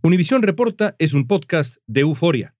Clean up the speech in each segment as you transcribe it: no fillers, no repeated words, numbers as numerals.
Univisión Reporta es un podcast de Euforia.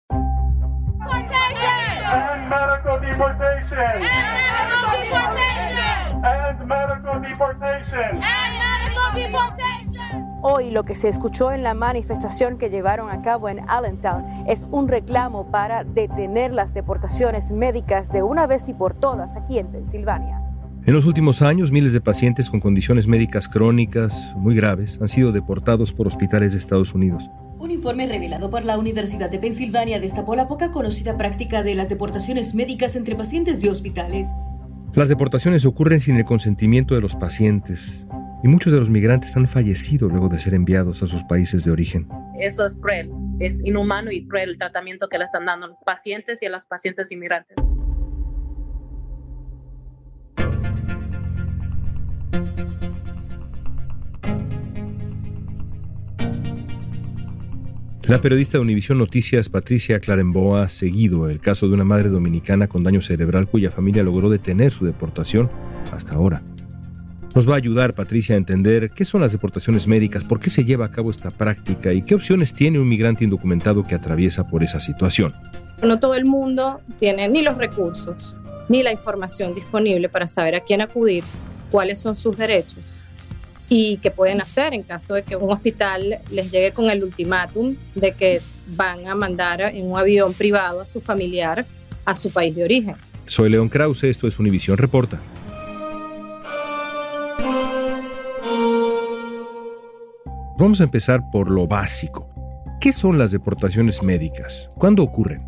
Hoy lo que se escuchó en la manifestación que llevaron a cabo en Allentown es un reclamo para detener las deportaciones médicas de una vez y por todas aquí en Pensilvania. En los últimos años, miles de pacientes con condiciones médicas crónicas muy graves han sido deportados por hospitales de Estados Unidos. Un informe revelado por la Universidad de Pensilvania destapó la poca conocida práctica de las deportaciones médicas entre pacientes de hospitales. Las deportaciones ocurren sin el consentimiento de los pacientes y muchos de los migrantes han fallecido luego de ser enviados a sus países de origen. Eso es cruel, es inhumano y cruel el tratamiento que le están dando a los pacientes y a las pacientes inmigrantes. La periodista de Univisión Noticias, Patricia Clarenboa, ha seguido el caso de una madre dominicana con daño cerebral cuya familia logró detener su deportación hasta ahora. Nos va a ayudar, Patricia, a entender qué son las deportaciones médicas, por qué se lleva a cabo esta práctica y qué opciones tiene un migrante indocumentado que atraviesa por esa situación. No todo el mundo tiene ni los recursos ni la información disponible para saber a quién acudir, cuáles son sus derechos y qué pueden hacer en caso de que un hospital les llegue con el ultimátum de que van a mandar en un avión privado a su familiar a su país de origen. Soy León Krause, esto es Univisión Reporta. Vamos a empezar por lo básico. ¿Qué son las deportaciones médicas? ¿Cuándo ocurren?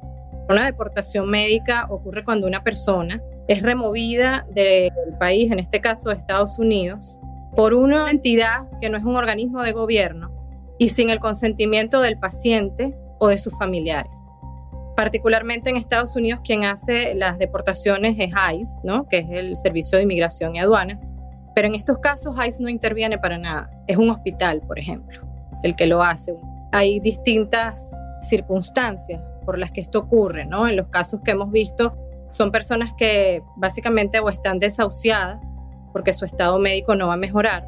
Una deportación médica ocurre cuando una persona es removida del país, en este caso de Estados Unidos, por una entidad que no es un organismo de gobierno y sin el consentimiento del paciente o de sus familiares. Particularmente en Estados Unidos, quien hace las deportaciones es ICE, ¿no? Que es el Servicio de Inmigración y Aduanas. Pero en estos casos ICE no interviene para nada. Es un hospital, por ejemplo, el que lo hace. Hay distintas circunstancias por las que esto ocurre, ¿no? En los casos que hemos visto son personas que básicamente o están desahuciadas porque su estado médico no va a mejorar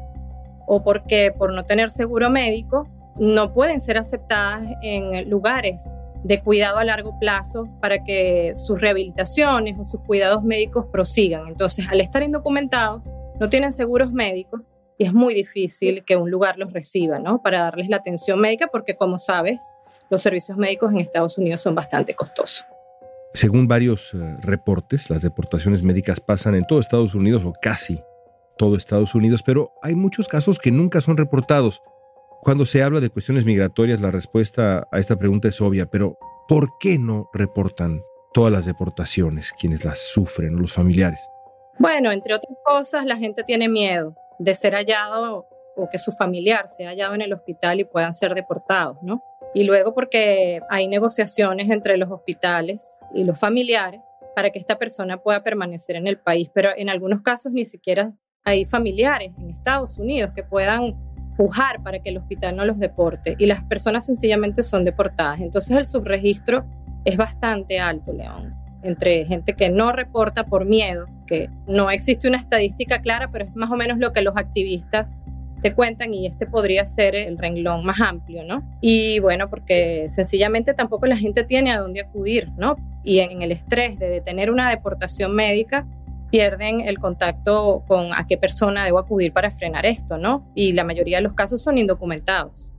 o porque por no tener seguro médico no pueden ser aceptadas en lugares de cuidado a largo plazo para que sus rehabilitaciones o sus cuidados médicos prosigan. Entonces, al estar indocumentados, no tienen seguros médicos y es muy difícil que un lugar los reciba, ¿no? Para darles la atención médica porque, como sabes, los servicios médicos en Estados Unidos son bastante costosos. Según varios reportes, las deportaciones médicas pasan en todo Estados Unidos o casi todo Estados Unidos, pero hay muchos casos que nunca son reportados. Cuando se habla de cuestiones migratorias, la respuesta a esta pregunta es obvia, pero ¿por qué no reportan todas las deportaciones, quienes las sufren o los familiares? Bueno, entre otras cosas, la gente tiene miedo de ser hallado o que su familiar sea hallado en el hospital y puedan ser deportados, ¿no? Y luego porque hay negociaciones entre los hospitales y los familiares para que esta persona pueda permanecer en el país, pero en algunos casos ni siquiera hay familiares en Estados Unidos que puedan pujar para que el hospital no los deporte y las personas sencillamente son deportadas. Entonces el subregistro es bastante alto, León, entre gente que no reporta por miedo, que no existe una estadística clara, pero es más o menos lo que los activistas te cuentan y este podría ser el renglón más amplio, ¿no? Y bueno, porque sencillamente tampoco la gente tiene a dónde acudir, ¿no? Y en el estrés de detener una deportación médica, pierden el contacto con a qué persona debo acudir para frenar esto, ¿no? Y la mayoría de los casos son indocumentados.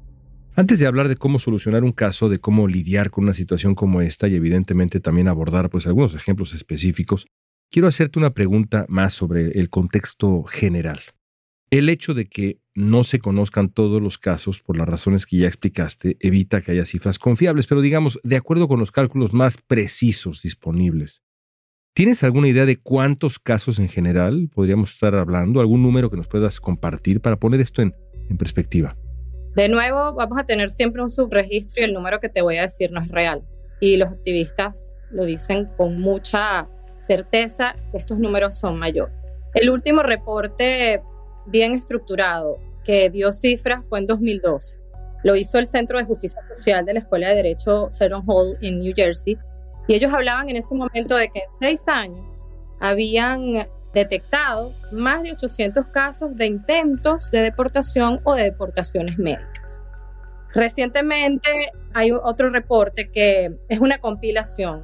Antes de hablar de cómo solucionar un caso, de cómo lidiar con una situación como esta y evidentemente también abordar pues algunos ejemplos específicos, quiero hacerte una pregunta más sobre el contexto general. El hecho de que no se conozcan todos los casos por las razones que ya explicaste evita que haya cifras confiables, pero digamos, de acuerdo con los cálculos más precisos disponibles, ¿tienes alguna idea de cuántos casos en general podríamos estar hablando? ¿Algún número que nos puedas compartir para poner esto en perspectiva? De nuevo, vamos a tener siempre un subregistro y el número que te voy a decir no es real. Y los activistas lo dicen con mucha certeza que estos números son mayores. El último reporte bien estructurado que dio cifras fue en 2012. Lo hizo el Centro de Justicia Social de la Escuela de Derecho Seton Hall en New Jersey. Y ellos hablaban en ese momento de que en 6 años habían detectado más de 800 casos de intentos de deportación o de deportaciones médicas. Recientemente hay otro reporte que es una compilación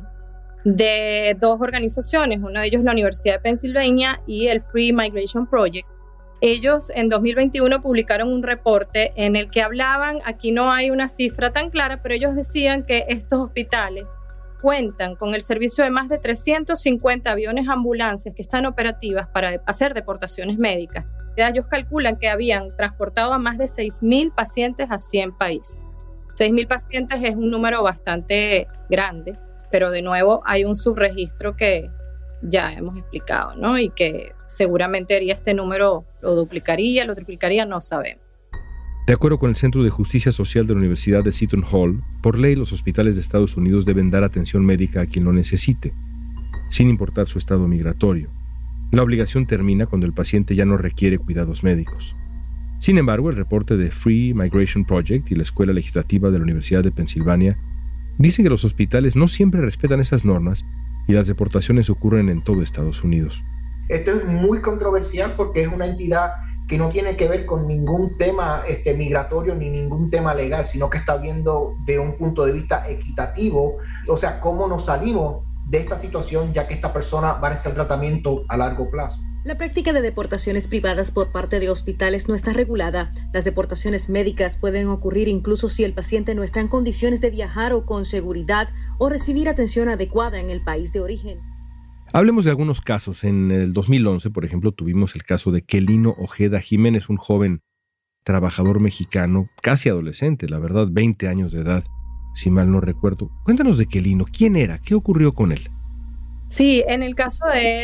de dos organizaciones, una de ellos la Universidad de Pensilvania y el Free Migration Project. Ellos en 2021 publicaron un reporte en el que hablaban, aquí no hay una cifra tan clara, pero ellos decían que estos hospitales cuentan con el servicio de más de 350 aviones ambulancias que están operativas para hacer deportaciones médicas. Ellos calculan que habían transportado a más de 6.000 pacientes a 100 países. 6.000 pacientes es un número bastante grande, pero de nuevo hay un subregistro que ya hemos explicado, ¿no? Y que seguramente este número lo duplicaría, lo triplicaría, no sabemos. De acuerdo con el Centro de Justicia Social de la Universidad de Seton Hall, por ley los hospitales de Estados Unidos deben dar atención médica a quien lo necesite, sin importar su estado migratorio. La obligación termina cuando el paciente ya no requiere cuidados médicos. Sin embargo, el reporte de Free Migration Project y la Escuela Legislativa de la Universidad de Pensilvania dice que los hospitales no siempre respetan esas normas y las deportaciones ocurren en todo Estados Unidos. Esto es muy controversial porque es una entidad que no tiene que ver con ningún tema migratorio ni ningún tema legal, sino que está viendo de un punto de vista equitativo, o sea, cómo nos salimos de esta situación ya que esta persona va a necesitar tratamiento a largo plazo. La práctica de deportaciones privadas por parte de hospitales no está regulada. Las deportaciones médicas pueden ocurrir incluso si el paciente no está en condiciones de viajar o con seguridad o recibir atención adecuada en el país de origen. Hablemos de algunos casos. En el 2011, por ejemplo, tuvimos el caso de Quelino Ojeda Jiménez, un joven trabajador mexicano, casi adolescente, la verdad, 20 años de edad, si mal no recuerdo. Cuéntanos de Quelino, ¿quién era? ¿Qué ocurrió con él? Sí, en el caso de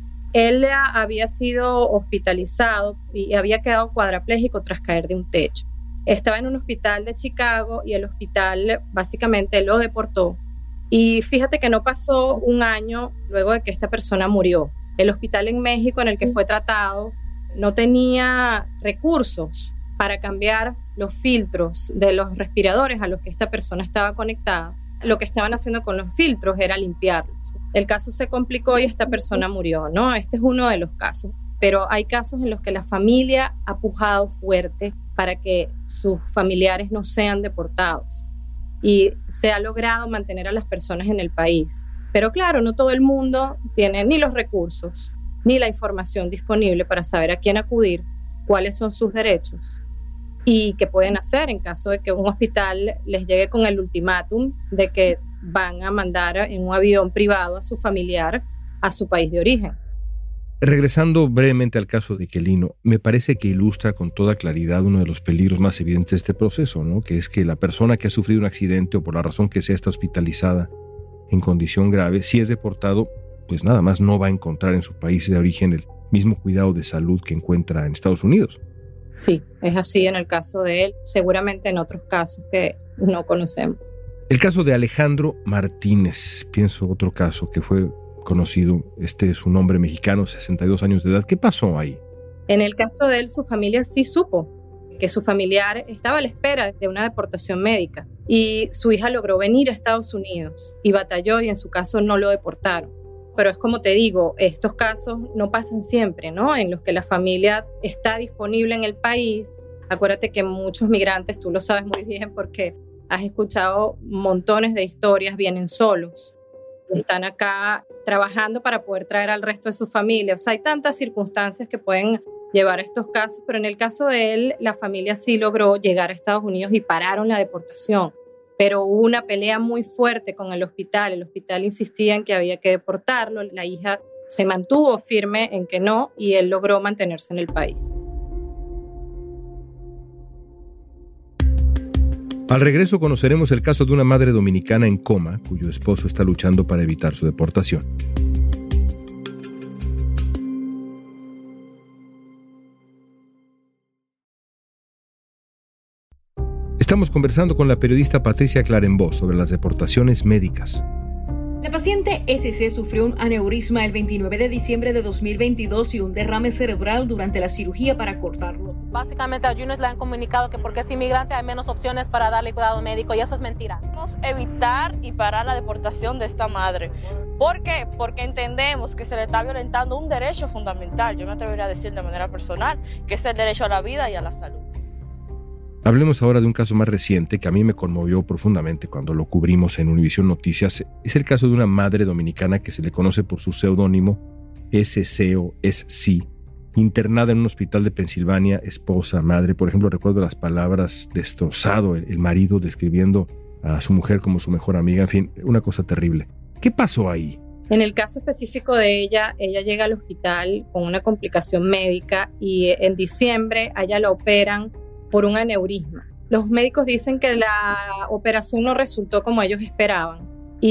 él había sido hospitalizado y había quedado cuadraplégico tras caer de un techo. Estaba en un hospital de Chicago y el hospital básicamente lo deportó. Y fíjate que no pasó un año luego de que esta persona murió. El hospital en México en el que fue tratado no tenía recursos para cambiar los filtros de los respiradores a los que esta persona estaba conectada. Lo que estaban haciendo con los filtros era limpiarlos. El caso se complicó y esta persona murió, ¿no? Este es uno de los casos. Pero hay casos en los que la familia ha pujado fuerte para que sus familiares no sean deportados. Y se ha logrado mantener a las personas en el país. Pero claro, no todo el mundo tiene ni los recursos ni la información disponible para saber a quién acudir, cuáles son sus derechos y qué pueden hacer en caso de que un hospital les llegue con el ultimátum de que van a mandar en un avión privado a su familiar a su país de origen. Regresando brevemente al caso de Quelino, me parece que ilustra con toda claridad uno de los peligros más evidentes de este proceso, ¿no? Que es que la persona que ha sufrido un accidente o por la razón que sea está hospitalizada en condición grave, si es deportado, pues nada más no va a encontrar en su país de origen el mismo cuidado de salud que encuentra en Estados Unidos. Sí, es así en el caso de él, seguramente en otros casos que no conocemos. El caso de Alejandro Martínez, pienso otro caso que fue conocido, este es un hombre mexicano, 62 años de edad. ¿Qué pasó ahí? En el caso de él, su familia sí supo que su familiar estaba a la espera de una deportación médica y su hija logró venir a Estados Unidos y batalló y en su caso no lo deportaron. Pero es como te digo, estos casos no pasan siempre, ¿no? En los que la familia está disponible en el país. Acuérdate que muchos migrantes, tú lo sabes muy bien porque has escuchado montones de historias, vienen solos. Están acá trabajando para poder traer al resto de su familia. O sea, hay tantas circunstancias que pueden llevar a estos casos, pero en el caso de él, la familia sí logró llegar a Estados Unidos y pararon la deportación. Pero hubo una pelea muy fuerte con el hospital insistía en que había que deportarlo, la hija se mantuvo firme en que no y él logró mantenerse en el país. Al regreso conoceremos el caso de una madre dominicana en coma cuyo esposo está luchando para evitar su deportación. Estamos conversando con la periodista Patricia Clarembault sobre las deportaciones médicas. La paciente SC sufrió un aneurisma el 29 de diciembre de 2022 y un derrame cerebral durante la cirugía para cortarlo. Básicamente a Yunus le han comunicado que porque es inmigrante hay menos opciones para darle cuidado médico y eso es mentira. Queremos evitar y parar la deportación de esta madre. ¿Por qué? Porque entendemos que se le está violentando un derecho fundamental, yo me atrevería a decir de manera personal, que es el derecho a la vida y a la salud. Hablemos ahora de un caso más reciente que a mí me conmovió profundamente cuando lo cubrimos en Univisión Noticias. Es el caso de una madre dominicana que se le conoce por su seudónimo SC o SC, internada en un hospital de Pensilvania, esposa, madre. Por ejemplo, recuerdo las palabras destrozado, el marido describiendo a su mujer como su mejor amiga, en fin, una cosa terrible. ¿Qué pasó ahí? En el caso específico de ella llega al hospital con una complicación médica y en diciembre a ella la operan por un aneurisma. Los médicos dicen que la operación no resultó como ellos esperaban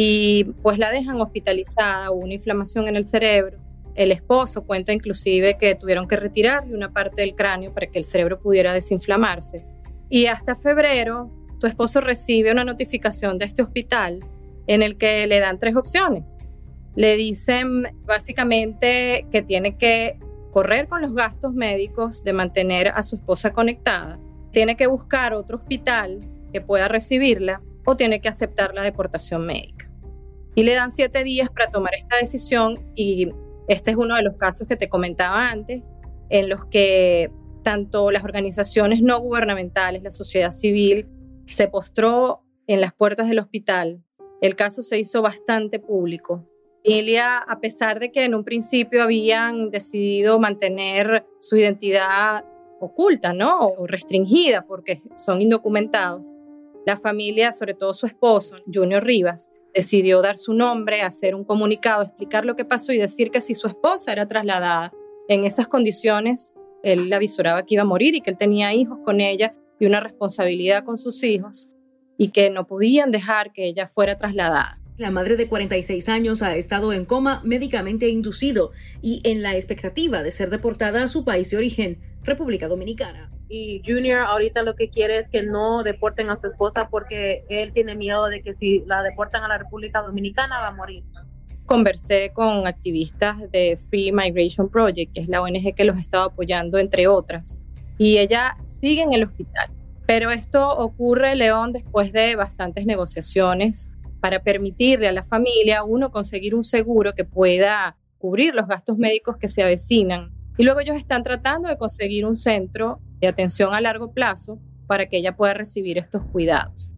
y pues la dejan hospitalizada, hubo una inflamación en el cerebro. El esposo cuenta inclusive que tuvieron que retirarle una parte del cráneo para que el cerebro pudiera desinflamarse. Y hasta febrero, tu esposo recibe una notificación de este hospital en el que le dan 3 opciones. Le dicen básicamente que tiene que correr con los gastos médicos de mantener a su esposa conectada, tiene que buscar otro hospital que pueda recibirla o tiene que aceptar la deportación médica. Y le dan 7 días para tomar esta decisión y este es uno de los casos que te comentaba antes, en los que tanto las organizaciones no gubernamentales, la sociedad civil, se postró en las puertas del hospital. El caso se hizo bastante público. Familia, a pesar de que en un principio habían decidido mantener su identidad oculta, ¿no? O restringida porque son indocumentados, la familia, sobre todo su esposo, Junior Rivas, decidió dar su nombre, hacer un comunicado, explicar lo que pasó y decir que si su esposa era trasladada en esas condiciones, él le avisoraba que iba a morir y que él tenía hijos con ella y una responsabilidad con sus hijos y que no podían dejar que ella fuera trasladada. La madre de 46 años ha estado en coma médicamente inducido y en la expectativa de ser deportada a su país de origen, República Dominicana. Y Junior ahorita lo que quiere es que no deporten a su esposa porque él tiene miedo de que si la deportan a la República Dominicana va a morir. Conversé con activistas de Free Migration Project, que es la ONG que los estaba apoyando, entre otras, y ella sigue en el hospital. Pero esto ocurre, León, después de bastantes negociaciones para permitirle a la familia, uno, conseguir un seguro que pueda cubrir los gastos médicos que se avecinan. Y luego ellos están tratando de conseguir un centro de atención a largo plazo para que ella pueda recibir estos cuidados.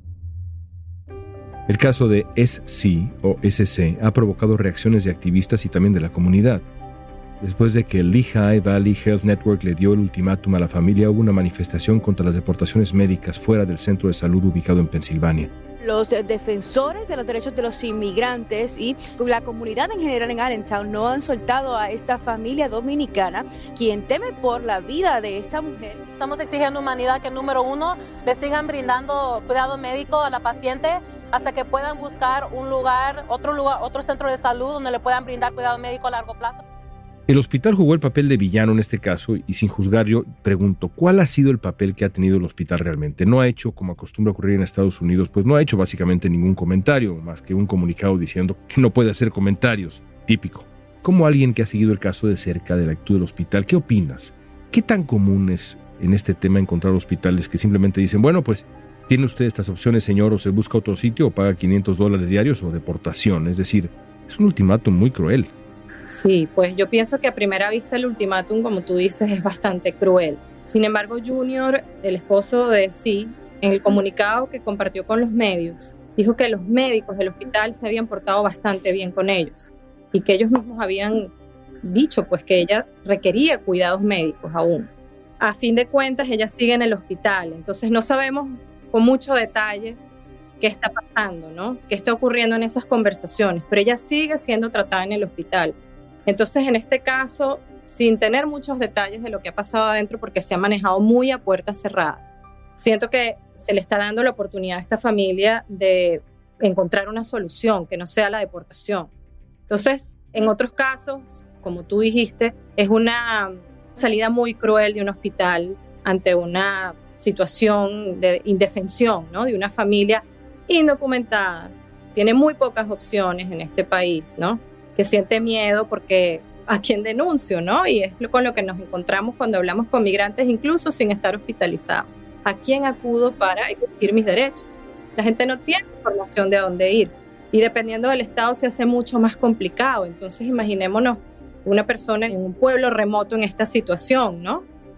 El caso de SC o SC ha provocado reacciones de activistas y también de la comunidad. Después de que el Lehigh Valley Health Network le dio el ultimátum a la familia, hubo una manifestación contra las deportaciones médicas fuera del centro de salud ubicado en Pensilvania. Los defensores de los derechos de los inmigrantes y la comunidad en general en Allentown no han soltado a esta familia dominicana, quien teme por la vida de esta mujer. Estamos exigiendo humanidad que, número 1, le sigan brindando cuidado médico a la paciente hasta que puedan buscar otro centro de salud donde le puedan brindar cuidado médico a largo plazo. El hospital jugó el papel de villano en este caso y sin juzgar yo pregunto, ¿cuál ha sido el papel que ha tenido el hospital realmente? No ha hecho, como acostumbra ocurrir en Estados Unidos, pues no ha hecho básicamente ningún comentario, más que un comunicado diciendo que no puede hacer comentarios, típico. Como alguien que ha seguido el caso de cerca de la actitud del hospital, ¿qué opinas? ¿Qué tan común es en este tema encontrar hospitales que simplemente dicen, bueno, pues tiene usted estas opciones, señor, o se busca otro sitio o paga $500 diarios o deportación? Es decir, es un ultimátum muy cruel. Sí, pues yo pienso que a primera vista el ultimátum, como tú dices, es bastante cruel. Sin embargo, Junior, el esposo de Sí, en el comunicado que compartió con los medios, dijo que los médicos del hospital se habían portado bastante bien con ellos y que ellos mismos habían dicho pues que ella requería cuidados médicos aún. A fin de cuentas, ella sigue en el hospital, entonces no sabemos con mucho detalle qué está pasando, ¿no? Qué está ocurriendo en esas conversaciones, pero ella sigue siendo tratada en el hospital. Entonces, en este caso, sin tener muchos detalles de lo que ha pasado adentro, porque se ha manejado muy a puerta cerrada, siento que se le está dando la oportunidad a esta familia de encontrar una solución que no sea la deportación. Entonces, en otros casos, como tú dijiste, es una salida muy cruel de un hospital ante una situación de indefensión, ¿no? De una familia indocumentada. Tiene muy pocas opciones en este país, ¿no? Que siente miedo porque a quién denuncio, ¿no? Y es con lo que nos encontramos cuando hablamos con migrantes, incluso sin estar hospitalizados. ¿A quién acudo para exigir mis derechos? La gente no tiene información de dónde ir y dependiendo del estado se hace mucho más complicado. Entonces imaginémonos una persona en un pueblo remoto en esta situación, ¿no?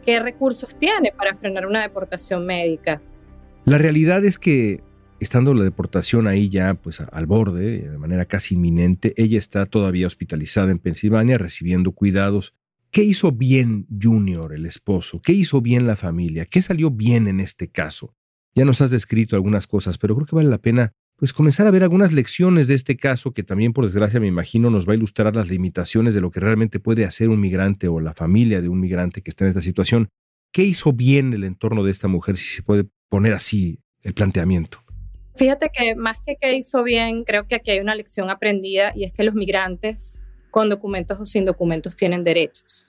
¿qué recursos tiene para frenar una deportación médica? La realidad es que, estando la deportación ahí ya pues al borde, de manera casi inminente, ella está todavía hospitalizada en Pensilvania recibiendo cuidados. ¿Qué hizo bien Junior, el esposo? ¿Qué hizo bien la familia? ¿Qué salió bien en este caso? Ya nos has descrito algunas cosas, pero creo que vale la pena pues comenzar a ver algunas lecciones de este caso que también, por desgracia, me imagino, nos va a ilustrar las limitaciones de lo que realmente puede hacer un migrante o la familia de un migrante que está en esta situación. ¿Qué hizo bien el entorno de esta mujer, si se puede poner así el planteamiento? Fíjate que más que qué hizo bien, creo que aquí hay una lección aprendida, y es que los migrantes, con documentos o sin documentos, tienen derechos.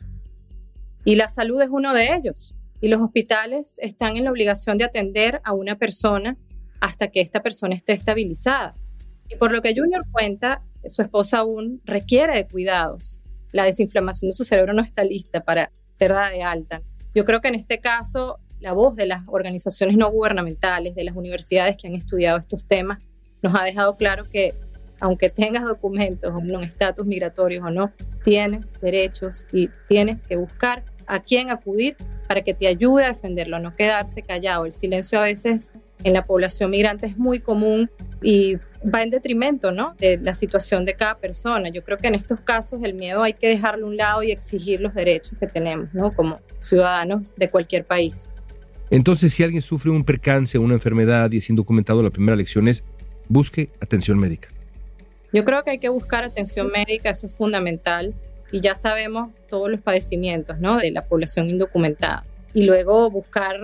Y la salud es uno de ellos. Y los hospitales están en la obligación de atender a una persona hasta que esta persona esté estabilizada. Y por lo que Junior cuenta, su esposa aún requiere de cuidados. La desinflamación de su cerebro no está lista para ser dada de alta. Yo creo que en este caso, la voz de las organizaciones no gubernamentales, de las universidades que han estudiado estos temas, nos ha dejado claro que aunque tengas documentos o un estatus migratorio o no, tienes derechos y tienes que buscar a quién acudir para que te ayude a defenderlo, no quedarse callado. El silencio a veces en la población migrante es muy común y va en detrimento, ¿no?, de la situación de cada persona. Yo creo que en estos casos el miedo hay que dejarlo a un lado y exigir los derechos que tenemos, ¿no?, como ciudadanos de cualquier país. Entonces, si alguien sufre un percance o una enfermedad y es indocumentado, la primera lección es busque atención médica. Yo creo que hay que buscar atención médica, eso es fundamental. Y ya sabemos todos los padecimientos, ¿no?, de la población indocumentada. Y luego buscar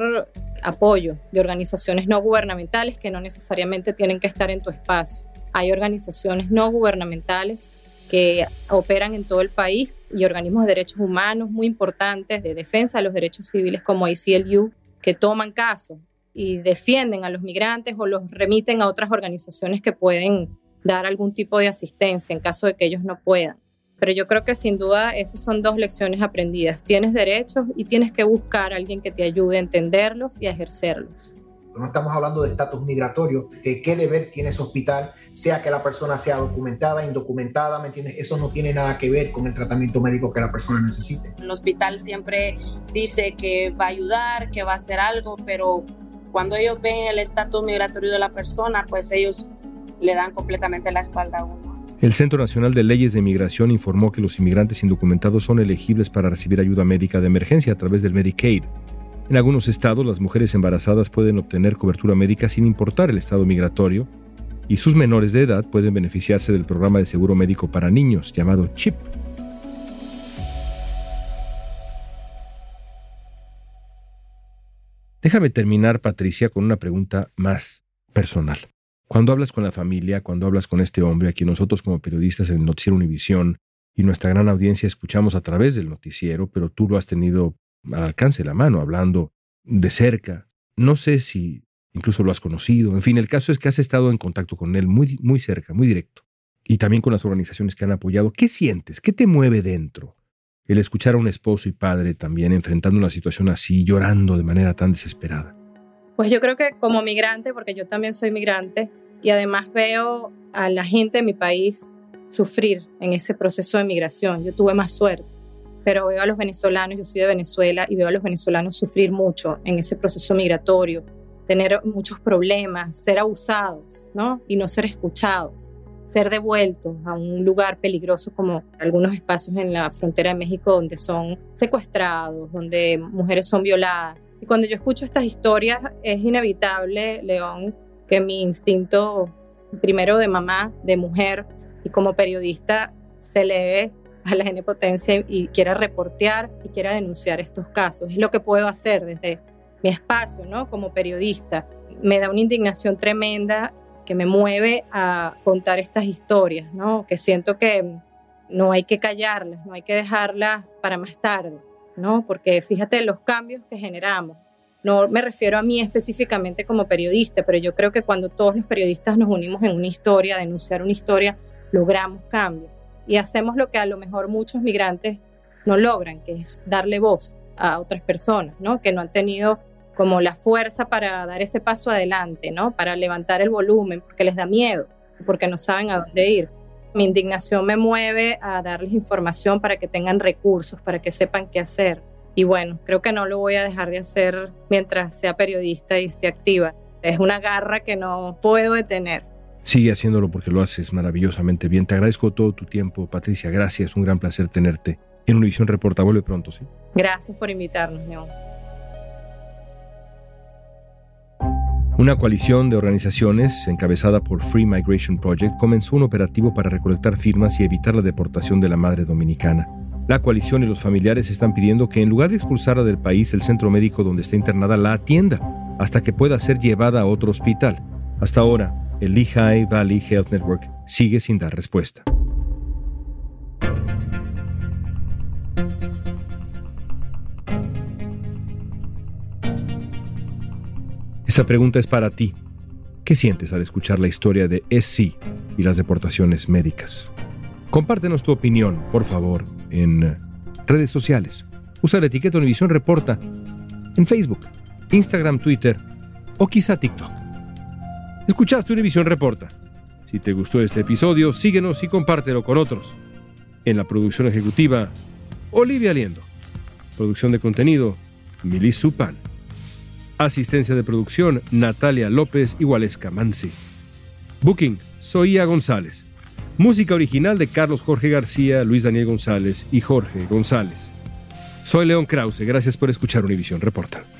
apoyo de organizaciones no gubernamentales que no necesariamente tienen que estar en tu espacio. Hay organizaciones no gubernamentales que operan en todo el país y organismos de derechos humanos muy importantes de defensa de los derechos civiles como ACLU, que toman casos y defienden a los migrantes o los remiten a otras organizaciones que pueden dar algún tipo de asistencia en caso de que ellos no puedan. Pero yo creo que sin duda esas son dos lecciones aprendidas. Tienes derechos y tienes que buscar a alguien que te ayude a entenderlos y a ejercerlos. No estamos hablando de estatus migratorio, de qué deber tiene ese hospital, sea que la persona sea documentada, indocumentada, ¿me entiendes? Eso no tiene nada que ver con el tratamiento médico que la persona necesite. El hospital siempre dice que va a ayudar, que va a hacer algo, pero cuando ellos ven el estatus migratorio de la persona, pues ellos le dan completamente la espalda a uno. El Centro Nacional de Leyes de Migración informó que los inmigrantes indocumentados son elegibles para recibir ayuda médica de emergencia a través del Medicaid. En algunos estados, las mujeres embarazadas pueden obtener cobertura médica sin importar el estado migratorio, y sus menores de edad pueden beneficiarse del programa de seguro médico para niños llamado CHIP. Déjame terminar, Patricia, con una pregunta más personal. Cuando hablas con la familia, cuando hablas con este hombre a quien nosotros como periodistas en el Noticiero Univisión y nuestra gran audiencia escuchamos a través del noticiero, pero tú lo has tenido al alcance de la mano, hablando de cerca. No sé si incluso lo has conocido. En fin, el caso es que has estado en contacto con él muy, muy cerca, muy directo. Y también con las organizaciones que han apoyado. ¿Qué sientes? ¿Qué te mueve dentro? El escuchar a un esposo y padre también enfrentando una situación así, llorando de manera tan desesperada. Pues yo creo que como migrante, porque yo también soy migrante, y además veo a la gente de mi país sufrir en ese proceso de migración. Yo tuve más suerte, pero veo a los venezolanos, yo soy de Venezuela, y veo a los venezolanos sufrir mucho en ese proceso migratorio, tener muchos problemas, ser abusados, ¿no?, y no ser escuchados, ser devueltos a un lugar peligroso como algunos espacios en la frontera de México donde son secuestrados, donde mujeres son violadas. Y cuando yo escucho estas historias es inevitable, León, que mi instinto, primero de mamá, de mujer y como periodista, se eleve a la genepotencia y quiera reportear y quiera denunciar estos casos. Es lo que puedo hacer desde mi espacio, ¿no?, como periodista. Me da una indignación tremenda que me mueve a contar estas historias, ¿no?, que siento que no hay que callarlas, no hay que dejarlas para más tarde, ¿no?, porque fíjate los cambios que generamos. No me refiero a mí específicamente como periodista, pero yo creo que cuando todos los periodistas nos unimos en una historia, a denunciar una historia, logramos cambios. Y hacemos lo que a lo mejor muchos migrantes no logran, que es darle voz a otras personas, ¿no?, que no han tenido como la fuerza para dar ese paso adelante, ¿no?, para levantar el volumen, porque les da miedo, porque no saben a dónde ir. Mi indignación me mueve a darles información para que tengan recursos, para que sepan qué hacer. Y bueno, creo que no lo voy a dejar de hacer mientras sea periodista y esté activa. Es una garra que no puedo detener. Sigue haciéndolo porque lo haces maravillosamente bien. Te agradezco todo tu tiempo, Patricia. Gracias, un gran placer tenerte en Univisión Reporta. Vuelve pronto, ¿sí? Gracias por invitarnos, León. Una coalición de organizaciones, encabezada por Free Migration Project, comenzó un operativo para recolectar firmas y evitar la deportación de la madre dominicana. La coalición y los familiares están pidiendo que en lugar de expulsarla del país, el centro médico donde está internada la atienda hasta que pueda ser llevada a otro hospital. Hasta ahora, el Lehigh Valley Health Network sigue sin dar respuesta. Esta pregunta es para ti. ¿Qué sientes al escuchar la historia de SC y las deportaciones médicas? Compártenos tu opinión, por favor, en redes sociales. Usa la etiqueta Univisión Reporta en Facebook, Instagram, Twitter o quizá TikTok. Escuchaste Univisión Reporta. Si te gustó este episodio, síguenos y compártelo con otros. En la producción ejecutiva, Olivia Liendo. Producción de contenido, Mili Supan. Asistencia de producción, Natalia López y Waleska Mansi. Booking, Zoía González. Música original de Carlos Jorge García, Luis Daniel González y Jorge González. Soy León Krause, gracias por escuchar Univisión Reporta.